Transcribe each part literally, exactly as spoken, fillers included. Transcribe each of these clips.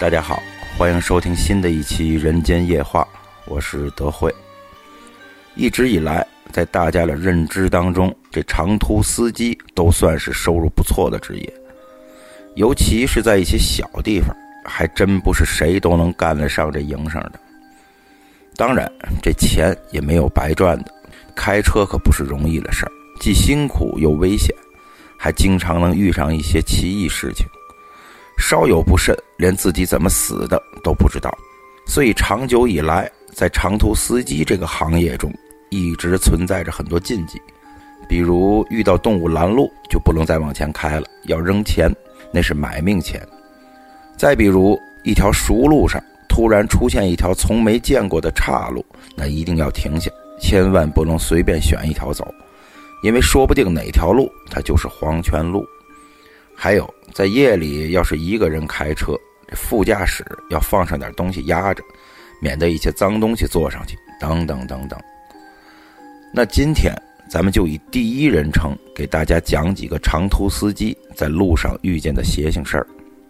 大家好，欢迎收听新的一期人间夜话，我是德惠。一直以来在大家的认知当中，这长途司机都算是收入不错的职业，尤其是在一些小地方，还真不是谁都能干得上这营生的。当然这钱也没有白赚的，开车可不是容易的事儿，既辛苦又危险，还经常能遇上一些奇异事情，稍有不慎连自己怎么死的都不知道。所以长久以来在长途司机这个行业中一直存在着很多禁忌，比如遇到动物拦路就不能再往前开了，要扔钱，那是买命钱。再比如一条熟路上突然出现一条从没见过的岔路，那一定要停下，千万不能随便选一条走，因为说不定哪条路它就是黄泉路。还有在夜里要是一个人开车，这副驾驶要放上点东西压着，免得一些脏东西坐上去，等等等等。那今天咱们就以第一人称给大家讲几个长途司机在路上遇见的邪性事儿。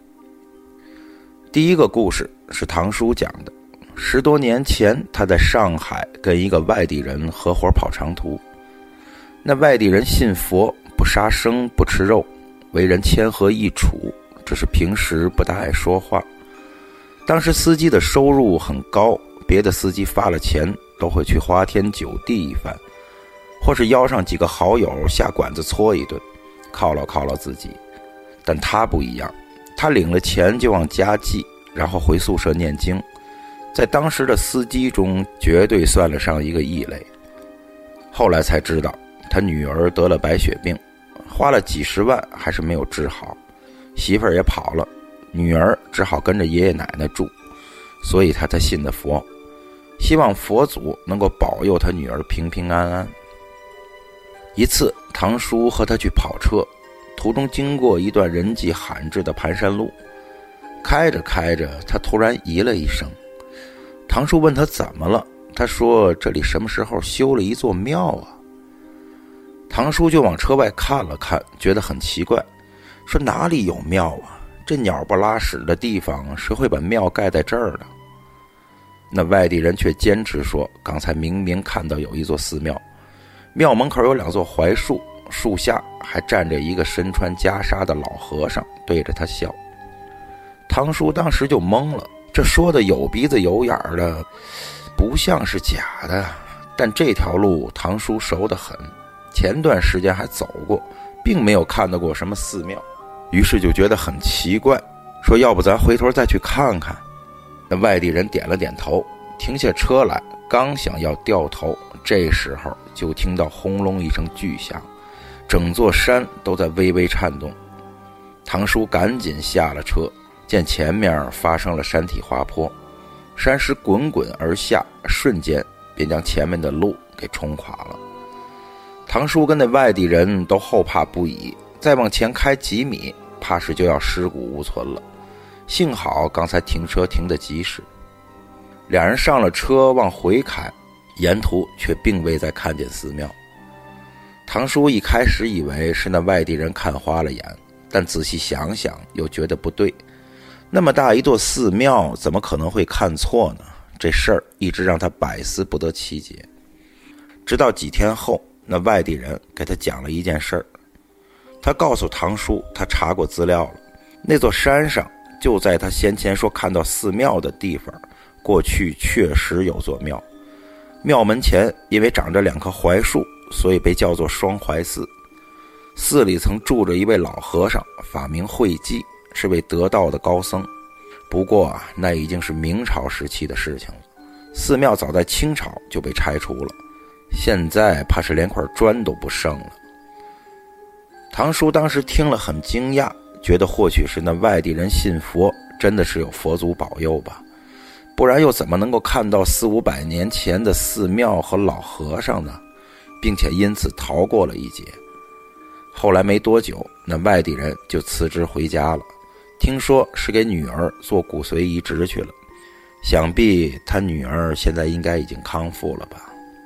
第一个故事是堂叔讲的，十多年前他在上海跟一个外地人合伙跑长途。那外地人信佛，不杀生不吃肉，为人谦和易处，只是平时不大爱说话。当时司机的收入很高，别的司机发了钱都会去花天酒地一番，或是邀上几个好友下馆子搓一顿，犒劳犒劳自己。但他不一样，他领了钱就往家寄，然后回宿舍念经，在当时的司机中绝对算得上一个异类。后来才知道他女儿得了白血病，花了几十万还是没有治好，媳妇儿也跑了，女儿只好跟着爷爷奶奶住，所以他才信的佛，希望佛祖能够保佑他女儿平平安安。一次堂叔和他去跑车，途中经过一段人迹罕至的盘山路，开着开着他突然咦了一声。堂叔问他怎么了，他说这里什么时候修了一座庙啊？堂叔就往车外看了看，觉得很奇怪，说哪里有庙啊，这鸟不拉屎的地方谁会把庙盖在这儿呢？那外地人却坚持说刚才明明看到有一座寺庙，庙门口有两座槐树，树下还站着一个身穿袈裟的老和尚对着他笑。堂叔当时就懵了，这说的有鼻子有眼的，不像是假的，但这条路堂叔熟得很，前段时间还走过，并没有看到过什么寺庙，于是就觉得很奇怪，说要不咱回头再去看看。那外地人点了点头，停下车来，刚想要掉头，这时候就听到轰隆一声巨响，整座山都在微微颤动。堂叔赶紧下了车，见前面发生了山体滑坡，山石滚滚而下，瞬间便将前面的路给冲垮了。堂叔跟那外地人都后怕不已，再往前开几米，怕是就要尸骨无存了。幸好刚才停车停得及时，两人上了车往回开，沿途却并未再看见寺庙。堂叔一开始以为是那外地人看花了眼，但仔细想想又觉得不对，那么大一座寺庙怎么可能会看错呢？这事儿一直让他百思不得其解。直到几天后，那外地人给他讲了一件事儿，他告诉堂叔他查过资料了，那座山上就在他先前说看到寺庙的地方，过去确实有座庙，庙门前因为长着两棵槐树，所以被叫做双槐寺。寺里曾住着一位老和尚，法名慧济，是位得道的高僧。不过啊，那已经是明朝时期的事情了，寺庙早在清朝就被拆除了，现在怕是连块砖都不剩了。堂叔当时听了很惊讶，觉得或许是那外地人信佛，真的是有佛祖保佑吧，不然又怎么能够看到四五百年前的寺庙和老和尚呢？并且因此逃过了一劫。后来没多久，那外地人就辞职回家了，听说是给女儿做骨髓移植去了，想必他女儿现在应该已经康复了吧。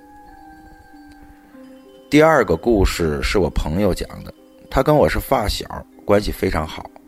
第二个故事是我朋友讲的，他跟我是发小，关系非常好。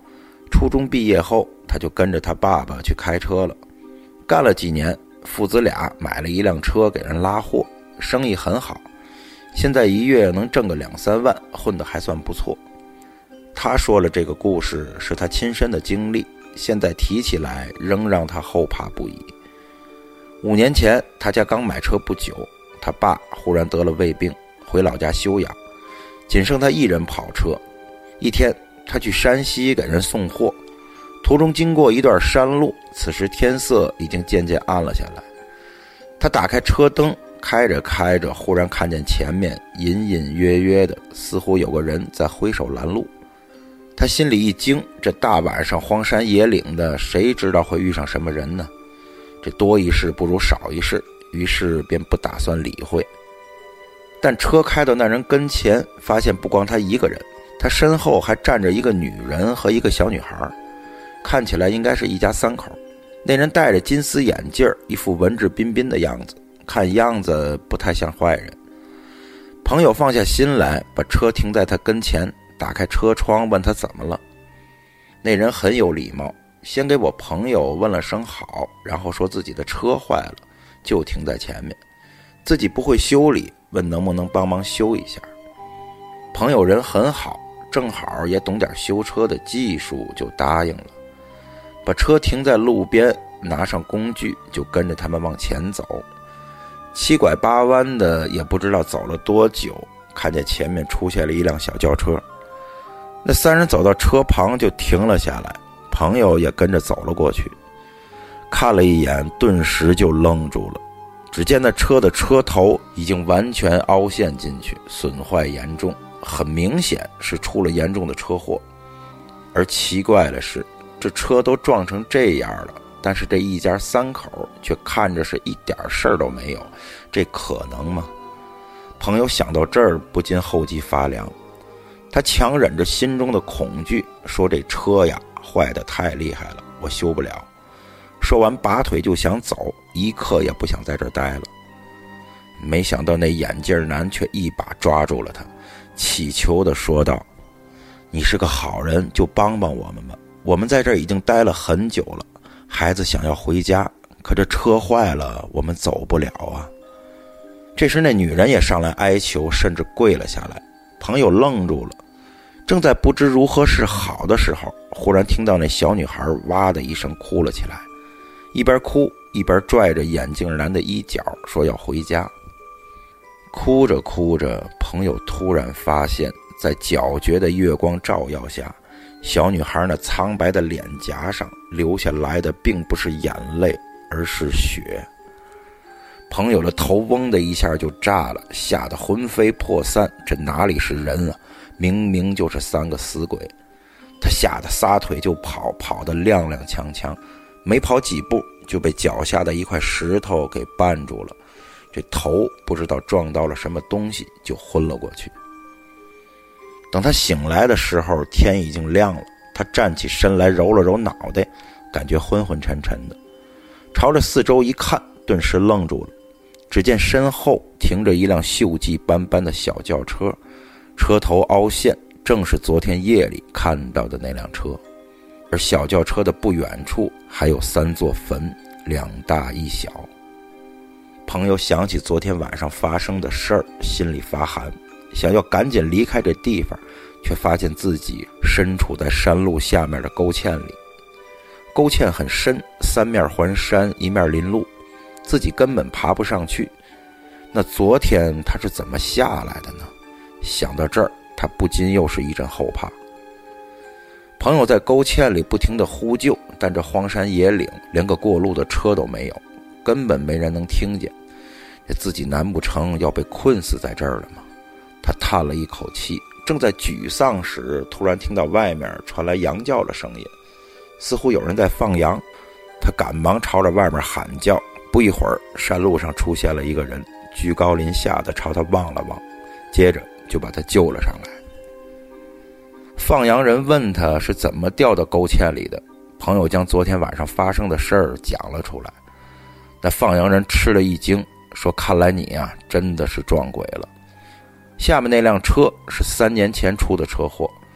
初中毕业后，他就跟着他爸爸去开车了。干了几年，父子俩买了一辆车给人拉货，生意很好，现在一月能挣个两三万，混得还算不错。他说了这个故事是他亲身的经历，现在提起来仍让他后怕不已。五年前他家刚买车不久，他爸忽然得了胃病，回老家休养，仅剩他一人跑车。一天他去山西给人送货，途中经过一段山路，此时天色已经渐渐暗了下来。他打开车灯，开着开着，忽然看见前面隐隐约约的，似乎有个人在挥手拦路。他心里一惊，这大晚上荒山野岭的，谁知道会遇上什么人呢？这多一事不如少一事，于是便不打算理会。但车开到那人跟前，发现不光他一个人，他身后还站着一个女人和一个小女孩，看起来应该是一家三口。那人戴着金丝眼镜，一副文质彬彬的样子，看样子不太像坏人。朋友放下心来，把车停在他跟前，打开车窗问他怎么了。那人很有礼貌，先给我朋友问了声好，然后说自己的车坏了，就停在前面，自己不会修理，问能不能帮忙修一下。朋友人很好，正好也懂点修车的技术，就答应了。把车停在路边，拿上工具，就跟着他们往前走。七拐八弯的，也不知道走了多久，看见前面出现了一辆小轿车。那三人走到车旁就停了下来，朋友也跟着走了过去，看了一眼，顿时就愣住了。只见那车的车头已经完全凹陷进去，损坏严重，很明显是出了严重的车祸。而奇怪的是，这车都撞成这样了，但是这一家三口却看着是一点事儿都没有，这可能吗？朋友想到这儿，不禁后脊发凉。他强忍着心中的恐惧，说这车呀坏得太厉害了，我修不了。说完拔腿就想走，一刻也不想在这儿待了。没想到那眼镜男却一把抓住了他，祈求地说道：你是个好人，就帮帮我们吧，我们在这儿已经待了很久了，孩子想要回家，可这车坏了，我们走不了啊。这时那女人也上来哀求，甚至跪了下来。朋友愣住了，正在不知如何是好的时候，忽然听到那小女孩哇的一声哭了起来，一边哭一边拽着眼镜男的衣角，说要回家。哭着哭着，朋友突然发现，在皎洁的月光照耀下，小女孩那苍白的脸颊上流下来的并不是眼泪，而是血。朋友的头嗡的一下就炸了，吓得魂飞魄散，这哪里是人啊，明明就是三个死鬼。他吓得撒腿就跑，跑得踉踉跄跄，没跑几步就被脚下的一块石头给绊住了，这头不知道撞到了什么东西，就昏了过去。等他醒来的时候，天已经亮了，他站起身来，揉了揉脑袋，感觉昏昏沉沉的，朝着四周一看，顿时愣住了。只见身后停着一辆锈迹斑斑的小轿车，车头凹陷，正是昨天夜里看到的那辆车。而小轿车的不远处还有三座坟，两大一小。朋友想起昨天晚上发生的事儿，心里发寒，想要赶紧离开这地方，却发现自己身处在山路下面的沟堑里。沟堑很深，三面环山，一面临路，自己根本爬不上去。那昨天他是怎么下来的呢？想到这儿，他不禁又是一阵后怕。朋友在沟堑里不停地呼救，但这荒山野岭连个过路的车都没有，根本没人能听见。这自己难不成要被困死在这儿了吗？他叹了一口气，正在沮丧时，突然听到外面传来羊叫的声音，似乎有人在放羊。他赶忙朝着外面喊叫，不一会儿，山路上出现了一个人，居高临下的朝他望了望，接着就把他救了上来。放羊人问他是怎么掉到沟堑里的，朋友将昨天晚上发生的事儿讲了出来。那放羊人吃了一惊，说：看来你啊，真的是撞鬼了。下面那辆车是三年前出的车祸，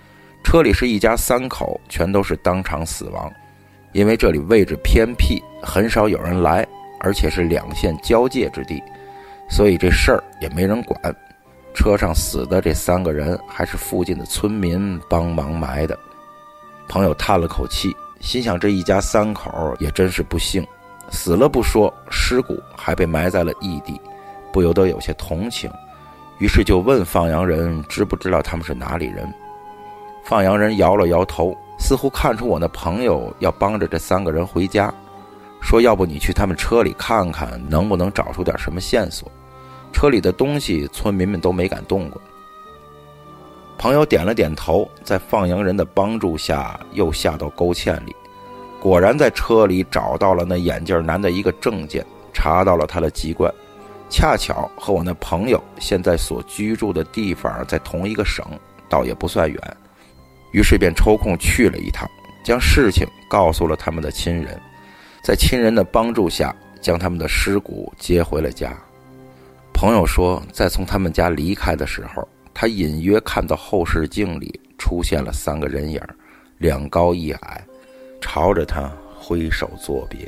车里是一家三口，全都是当场死亡。因为这里位置偏僻，很少有人来，而且是两线交界之地，所以这事儿也没人管。车上死的这三个人还是附近的村民帮忙埋的。朋友叹了口气，心想这一家三口也真是不幸，死了不说，尸骨还被埋在了异地，不由得有些同情，于是就问放羊人知不知道他们是哪里人。放羊人摇了摇头，似乎看出我那朋友要帮着这三个人回家，说要不你去他们车里看看能不能找出点什么线索，车里的东西村民们都没敢动过。朋友点了点头，在放羊人的帮助下又下到沟堑里，果然在车里找到了那眼镜男的一个证件，查到了他的籍贯，恰巧和我那朋友现在所居住的地方在同一个省，倒也不算远。于是便抽空去了一趟，将事情告诉了他们的亲人，在亲人的帮助下将他们的尸骨接回了家。朋友说，在从他们家离开的时候，他隐约看到后视镜里出现了三个人影，两高一矮，朝着他挥手作别。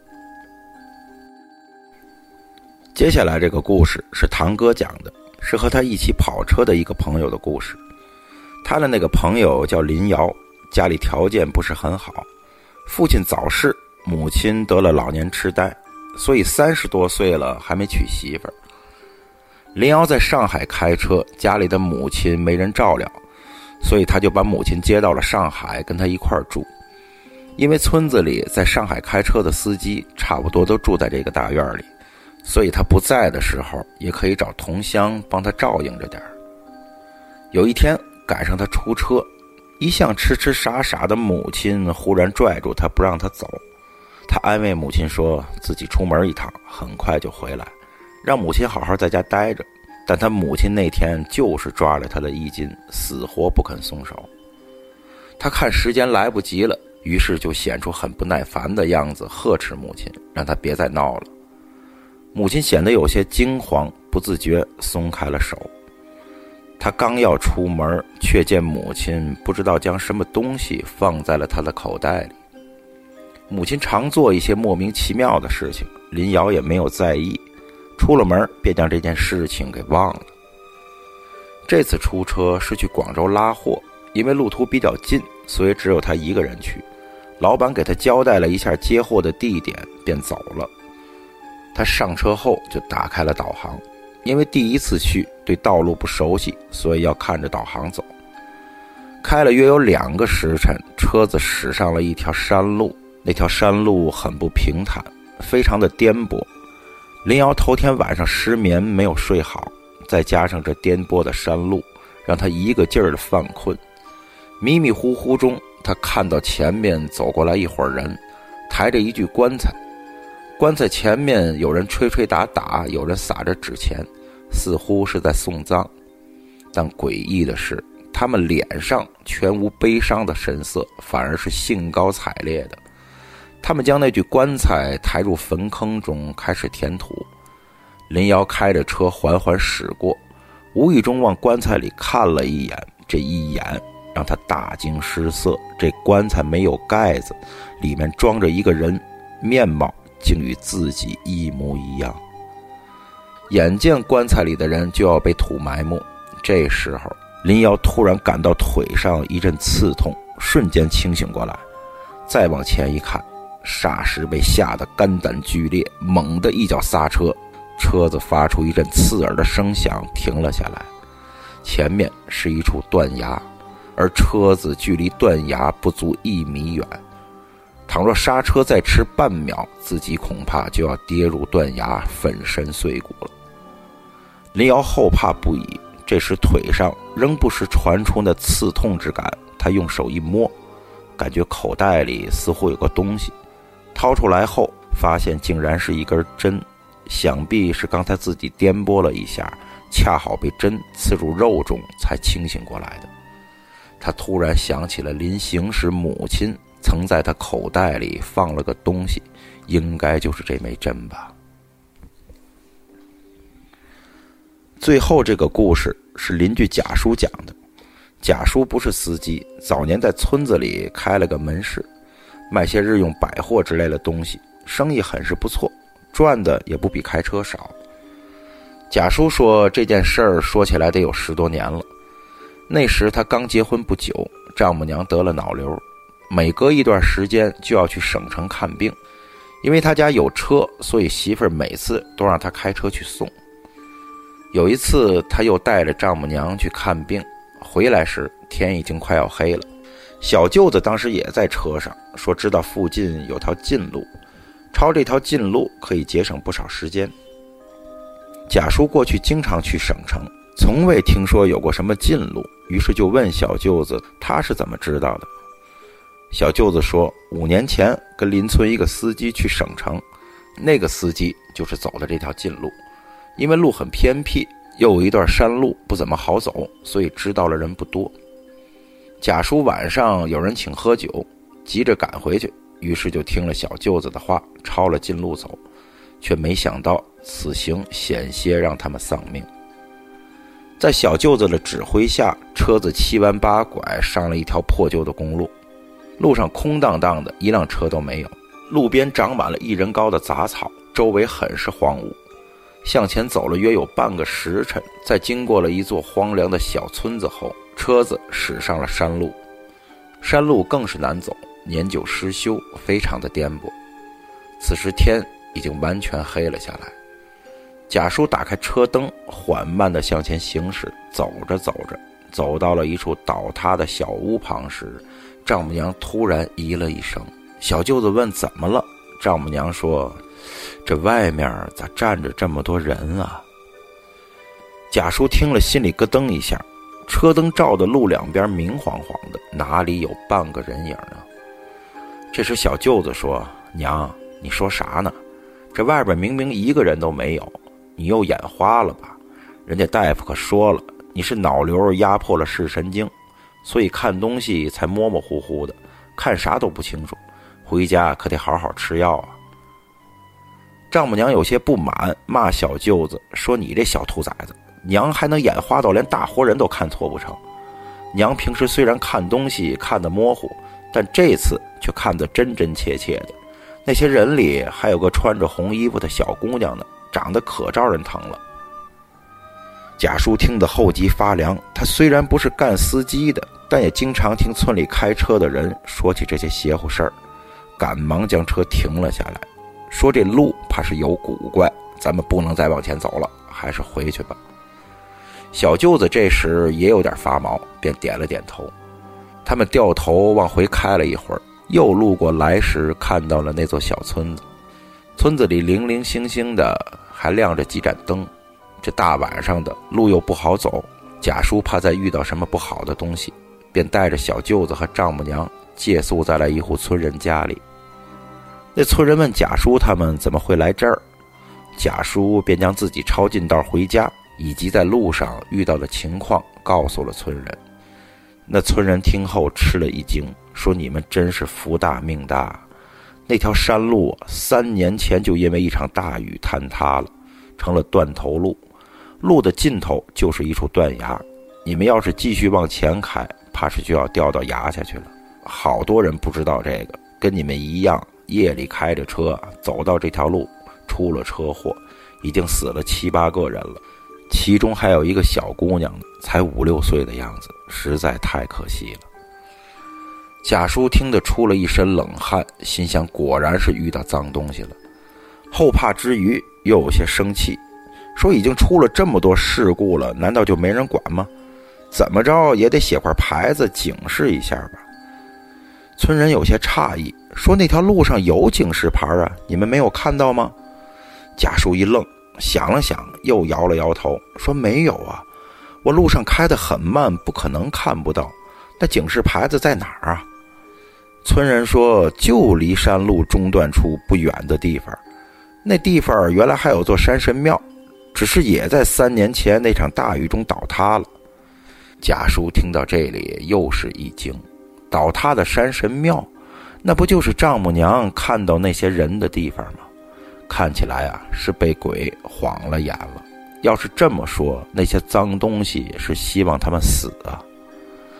接下来这个故事是堂哥讲的，是和他一起跑车的一个朋友的故事。他的那个朋友叫林瑶，家里条件不是很好，父亲早逝，母亲得了老年痴呆，所以三十多岁了还没娶媳妇儿。林瑶在上海开车，家里的母亲没人照料，所以他就把母亲接到了上海跟他一块儿住。因为村子里在上海开车的司机差不多都住在这个大院里，所以他不在的时候也可以找同乡帮他照应着点儿。有一天赶上他出车，一向痴痴傻傻的母亲忽然拽住他不让他走。他安慰母亲说自己出门一趟，很快就回来，让母亲好好在家待着。但他母亲那天就是抓了他的衣襟，死活不肯松手。他看时间来不及了，于是就显出很不耐烦的样子，呵斥母亲，让他别再闹了。母亲显得有些惊慌，不自觉松开了手。他刚要出门，却见母亲不知道将什么东西放在了他的口袋里。母亲常做一些莫名其妙的事情，林瑶也没有在意，出了门便将这件事情给忘了。这次出车是去广州拉货，因为路途比较近，所以只有他一个人去。老板给他交代了一下接货的地点，便走了。他上车后就打开了导航，因为第一次去对道路不熟悉，所以要看着导航走。开了约有两个时辰，车子驶上了一条山路，那条山路很不平坦，非常的颠簸。林瑶头天晚上失眠没有睡好，再加上这颠簸的山路，让他一个劲儿的犯困。迷迷糊糊中，他看到前面走过来一伙人，抬着一具棺材。棺材前面有人吹吹打打，有人撒着纸钱，似乎是在送葬。但诡异的是，他们脸上全无悲伤的神色，反而是兴高采烈的。他们将那具棺材抬入坟坑中，开始填土。林瑶开着车缓缓驶过，无意中往棺材里看了一眼，这一眼让他大惊失色。这棺材没有盖子，里面装着一个人，面貌竟与自己一模一样。眼见棺材里的人就要被土埋没，这时候林瑶突然感到腿上一阵刺痛，瞬间清醒过来，再往前一看，霎时被吓得肝胆俱裂，猛地一脚刹车，车子发出一阵刺耳的声响，停了下来。前面是一处断崖，而车子距离断崖不足一米远。倘若刹车再迟半秒，自己恐怕就要跌入断崖，粉身碎骨了。林瑶后怕不已，这时腿上仍不时传出那刺痛之感，他用手一摸，感觉口袋里似乎有个东西，掏出来后发现竟然是一根针，想必是刚才自己颠簸了一下，恰好被针刺入肉中才清醒过来的。他突然想起了临行时母亲曾在他口袋里放了个东西，应该就是这枚针吧。最后这个故事是邻居贾叔讲的。 贾叔不是司机，早年在村子里开了个门市，卖些日用百货之类的东西，生意很是不错，赚的也不比开车少。贾叔说这件事儿说起来得有十多年了，那时他刚结婚不久，丈母娘得了脑瘤，每隔一段时间就要去省城看病，因为他家有车，所以媳妇儿每次都让他开车去送。有一次他又带着丈母娘去看病，回来时天已经快要黑了，小舅子当时也在车上，说知道附近有条近路，抄这条近路可以节省不少时间。贾叔过去经常去省城，从未听说有过什么近路，于是就问小舅子他是怎么知道的。小舅子说五年前跟邻村一个司机去省城，那个司机就是走的这条近路，因为路很偏僻，又有一段山路不怎么好走，所以知道了人不多。贾叔晚上有人请喝酒，急着赶回去，于是就听了小舅子的话，抄了近路走，却没想到此行险些让他们丧命。在小舅子的指挥下，车子七弯八拐上了一条破旧的公路，路上空荡荡的，一辆车都没有，路边长满了一人高的杂草，周围很是荒芜。向前走了约有半个时辰，在经过了一座荒凉的小村子后，车子驶上了山路。山路更是难走，年久失修，非常的颠簸。此时天已经完全黑了下来。贾叔打开车灯，缓慢地向前行驶，走着走着，走到了一处倒塌的小屋旁时，丈母娘突然咦了一声。小舅子问怎么了，丈母娘说这外面咋站着这么多人啊？贾叔听了心里咯噔一下，车灯照的路两边明晃晃的，哪里有半个人影呢？这时小舅子说，娘，你说啥呢？这外边明明一个人都没有，你又眼花了吧？人家大夫可说了，你是脑瘤压迫了视神经，所以看东西才模模糊糊的，看啥都不清楚，回家可得好好吃药啊。丈母娘有些不满，骂小舅子说，你这小兔崽子，娘还能眼花到连大活人都看错不成？娘平时虽然看东西看得模糊，但这次却看得真真切切的，那些人里还有个穿着红衣服的小姑娘呢，长得可招人疼了。贾叔听得后脊发凉，他虽然不是干司机的，但也经常听村里开车的人说起这些邪乎事儿，赶忙将车停了下来，说这路怕是有古怪，咱们不能再往前走了，还是回去吧。小舅子这时也有点发毛，便点了点头。他们掉头往回开了一会儿，又路过来时看到了那座小村子，村子里零零星星的还亮着几盏灯，这大晚上的路又不好走，贾叔怕再遇到什么不好的东西，便带着小舅子和丈母娘借宿在了一户村人家里。那村人问贾叔他们怎么会来这儿，贾叔便将自己抄近道回家以及在路上遇到的情况告诉了村人。那村人听后吃了一惊，说你们真是福大命大，那条山路三年前就因为一场大雨坍塌了，成了断头路，路的尽头就是一处断崖，你们要是继续往前开，怕是就要掉到崖下去了。好多人不知道这个，跟你们一样夜里开着车走到这条路，出了车祸，已经死了七八个人了，其中还有一个小姑娘呢，才五六岁的样子，实在太可惜了。贾叔听得出了一身冷汗，心想果然是遇到脏东西了，后怕之余又有些生气，说已经出了这么多事故了，难道就没人管吗？怎么着也得写块牌子警示一下吧。村人有些诧异，说那条路上有警示牌啊，你们没有看到吗？贾叔一愣，想了想又摇了摇头，说没有啊，我路上开得很慢，不可能看不到，那警示牌子在哪儿啊？村人说就离山路中断处不远的地方，那地方原来还有座山神庙，只是也在三年前那场大雨中倒塌了。贾叔听到这里又是一惊，倒塌的山神庙，那不就是丈母娘看到那些人的地方吗？看起来啊是被鬼晃了眼了，要是这么说，那些脏东西是希望他们死啊。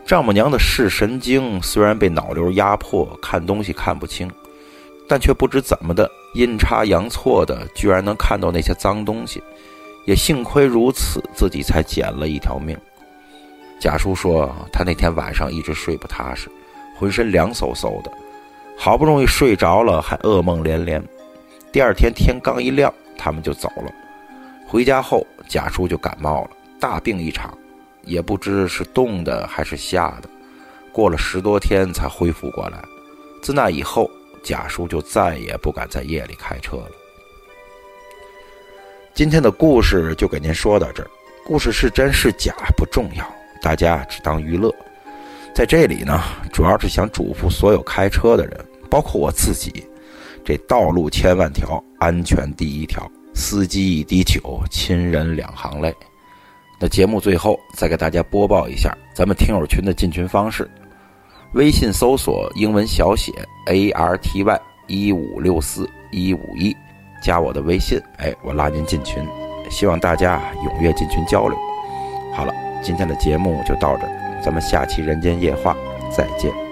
丈母娘的视神经虽然被脑瘤压迫，看东西看不清，但却不知怎么的阴差阳错的居然能看到那些脏东西，也幸亏如此，自己才捡了一条命。贾叔说他那天晚上一直睡不踏实，浑身凉飕飕的，好不容易睡着了还噩梦连连。第二天天刚一亮他们就走了。回家后贾叔就感冒了，大病一场，也不知是冻的还是吓的，过了十多天才恢复过来。自那以后贾叔就再也不敢在夜里开车了。今天的故事就给您说到这儿，故事是真是假不重要，大家只当娱乐。在这里呢，主要是想嘱咐所有开车的人，包括我自己，这道路千万条，安全第一条，司机一滴酒，亲人两行泪。那节目最后再给大家播报一下咱们听友群的进群方式，微信搜索英文小写 A R T Y 一五六四一五一，加我的微信，哎，我拉您进群，希望大家踊跃进群交流。好了，今天的节目就到这儿，咱们下期人间夜话再见。